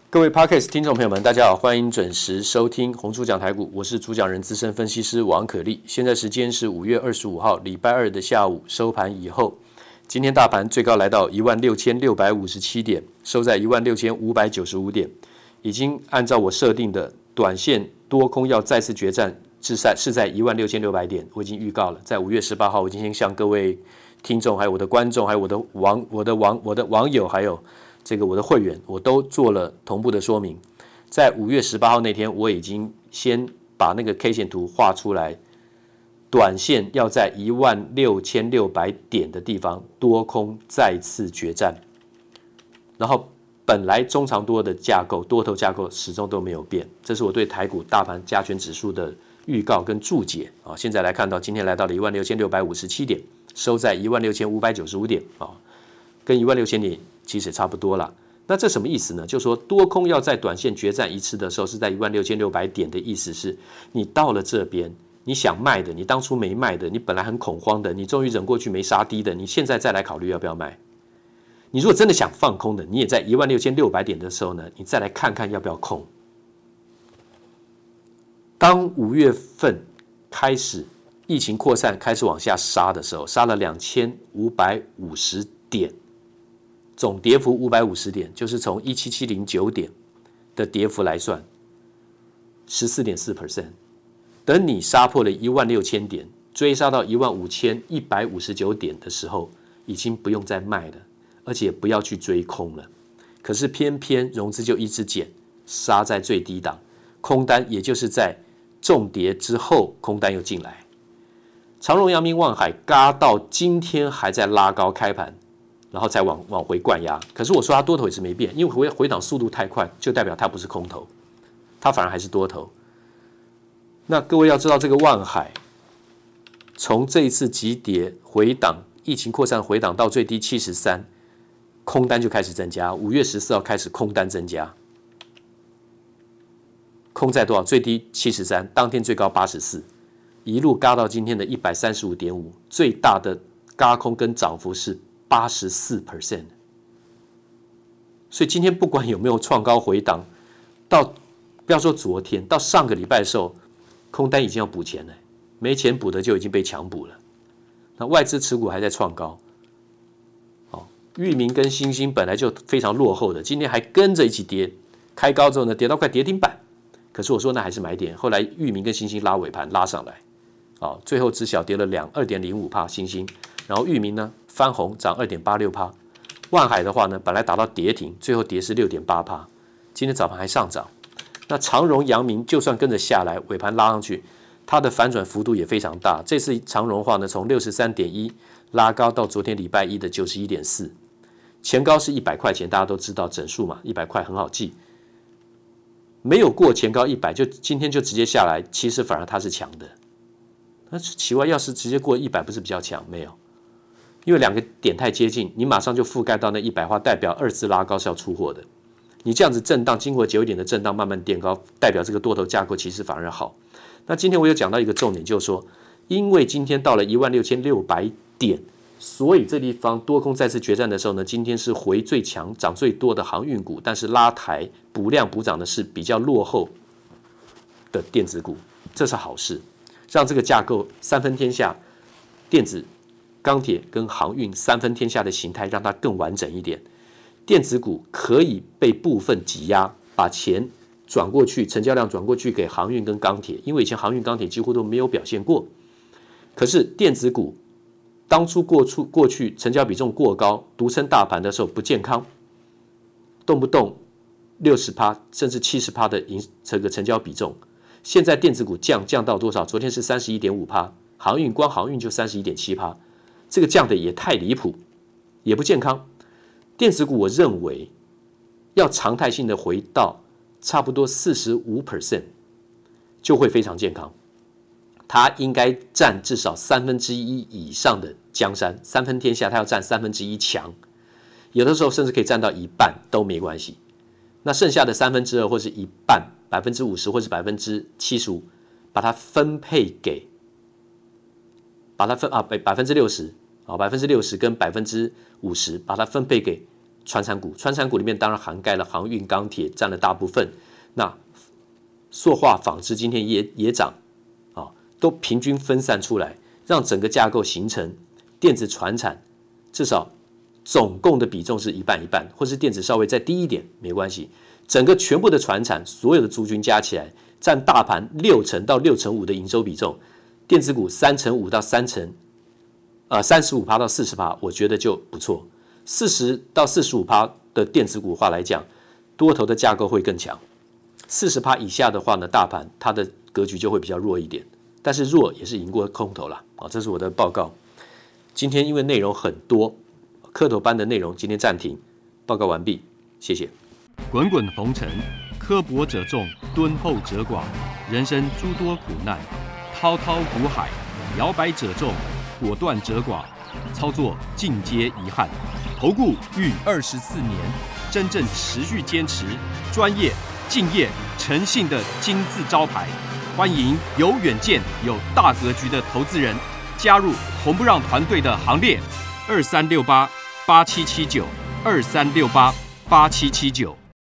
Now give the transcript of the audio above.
各位 Podcast 听众朋友们，大家好，欢迎准时收听红猪讲台股，我是主讲人资深分析师王可立。现在时间是5月25号礼拜二的下午收盘以后，今天大盘最高来到16657点，收在16595点，已经按照我设定的短线多空要再次决战是在16600点，我已经预告了，在5月18号我已经先向各位听众还有我的观众还有我的网友还有我的会员，我都做了同步的说明。在5月18号那天，我已经先把那个 K 线图画出来，短线要在16600点的地方多空再次决战。然后本来中长多的架构，多头架构始终都没有变，这是我对台股大盘加权指数的预告跟注解啊。现在来看到今天来到了16657点，收在16595点啊，跟16000点其实也差不多了。那这什么意思呢？就是说多空要在短线决战一次的时候，是在16600点的意思是，你到了这边，你想卖的，你当初没卖的，你本来很恐慌的，你终于忍过去没杀低的，你现在再来考虑要不要卖。你如果真的想放空的，你也在16600点的时候呢，你再来看看要不要空。当5月份开始疫情扩散，开始往下杀的时候，杀了2550点。总跌幅550点，就是从17709点的跌幅来算 14.4%。 等你杀破了16000点，追杀到15159点的时候，已经不用再卖了，而且不要去追空了。可是偏偏融资就一直减，杀在最低档，空单也就是在重跌之后，空单又进来。长荣、阳明、万海嘎到今天还在拉高开盘，然后再往回灌压。可是我说它多头也是没变，因为回档速度太快，就代表它不是空头，它反而还是多头。那各位要知道，这个万海从这一次急跌回档，疫情扩散回档到最低73，空单就开始增加。5月14号开始空单增加，空在多少？最低73，当天最高84，一路嘎到今天的135.5，最大的嘎空跟涨幅是84%。所以今天不管有没有创高回档，到不要说昨天，到上个礼拜的时候，空单已经要补钱了，没钱补的就已经被强补了。那外资持股还在创高，裕民跟新兴本来就非常落后的，今天还跟着一起跌，开高之后呢，跌到快跌停板。可是我说那还是买点，后来裕民跟新兴拉尾盘拉上来，最后只小跌了2.05%，新兴，然后裕民呢翻红涨2.86%，万海的话呢，本来打到跌停，最后跌是6.8%，今天早盘还上涨。那长荣、阳明就算跟着下来，尾盘拉上去，它的反转幅度也非常大。这次长荣的话呢，从63.1拉高到昨天礼拜一的91.4，前高是100块钱，大家都知道整数嘛，100块很好记。没有过前高100，就今天就直接下来，其实反而它是强的。那奇怪，要是直接过100，不是比较强？没有，因为两个点太接近，你马上就覆盖到那100话，代表二次拉高是要出货的。你这样子震荡，经过久一点的震荡，慢慢垫高，代表这个多头架构其实反而好。那今天我有讲到一个重点，就是说，因为今天到了16600点，所以这地方多空再次决战的时候呢，今天是回最强、涨最多的航运股，但是拉抬补量补涨的是比较落后的电子股，这是好事，让这个架构三分天下，电子、钢铁跟航运三分天下的形态让它更完整一点。电子股可以被部分挤压，把钱转过去，成交量转过去给航运跟钢铁，因为以前航运、钢铁几乎都没有表现过。可是电子股当初过去成交比重过高，独撑大盘的时候不健康，动不动60%甚至70%的这个成交比重。现在电子股降到多少？昨天是31.5%，光航运就31.7%，这个降的也太离谱，也不健康。电子股我认为要常态性的回到差不多45%，就会非常健康。它应该占至少1/3以上的江山，三分天下它要占1/3强，有的时候甚至可以占到一半都没关系。那剩下的2/3或是一半，50%或是75%，把它分配给，把它分60%，60%跟50%，把它分配给传产股，传产股里面当然涵盖了航运、钢铁占了大部分。那塑化、纺织今天也涨啊，都平均分散出来，让整个架构形成电子传产至少总共的比重是一半一半，或是电子稍微再低一点没关系。整个全部的传产，所有的族群加起来，占大盘60%到65%的营收比重，电子股3%-5%到35%到40%，我觉得就不错。40%到45%的电子股话来讲，多头的架构会更强。40%以下的话呢，大盘它的格局就会比较弱一点，但是弱也是赢过空头啦。这是我的报告。今天因为内容很多，课头班的内容今天暂停，报告完毕，谢谢。 滚滚红尘，刻薄者众，敦厚者寡。人生诸多苦难，滔滔苦海，摇摆者众，果断者寡。操作尽皆遗憾。投顾逾24年，真正持续坚持、专业、敬业、诚信的金字招牌。欢迎有远见、有大格局的投资人加入红不让团队的行列。23688779，23688779。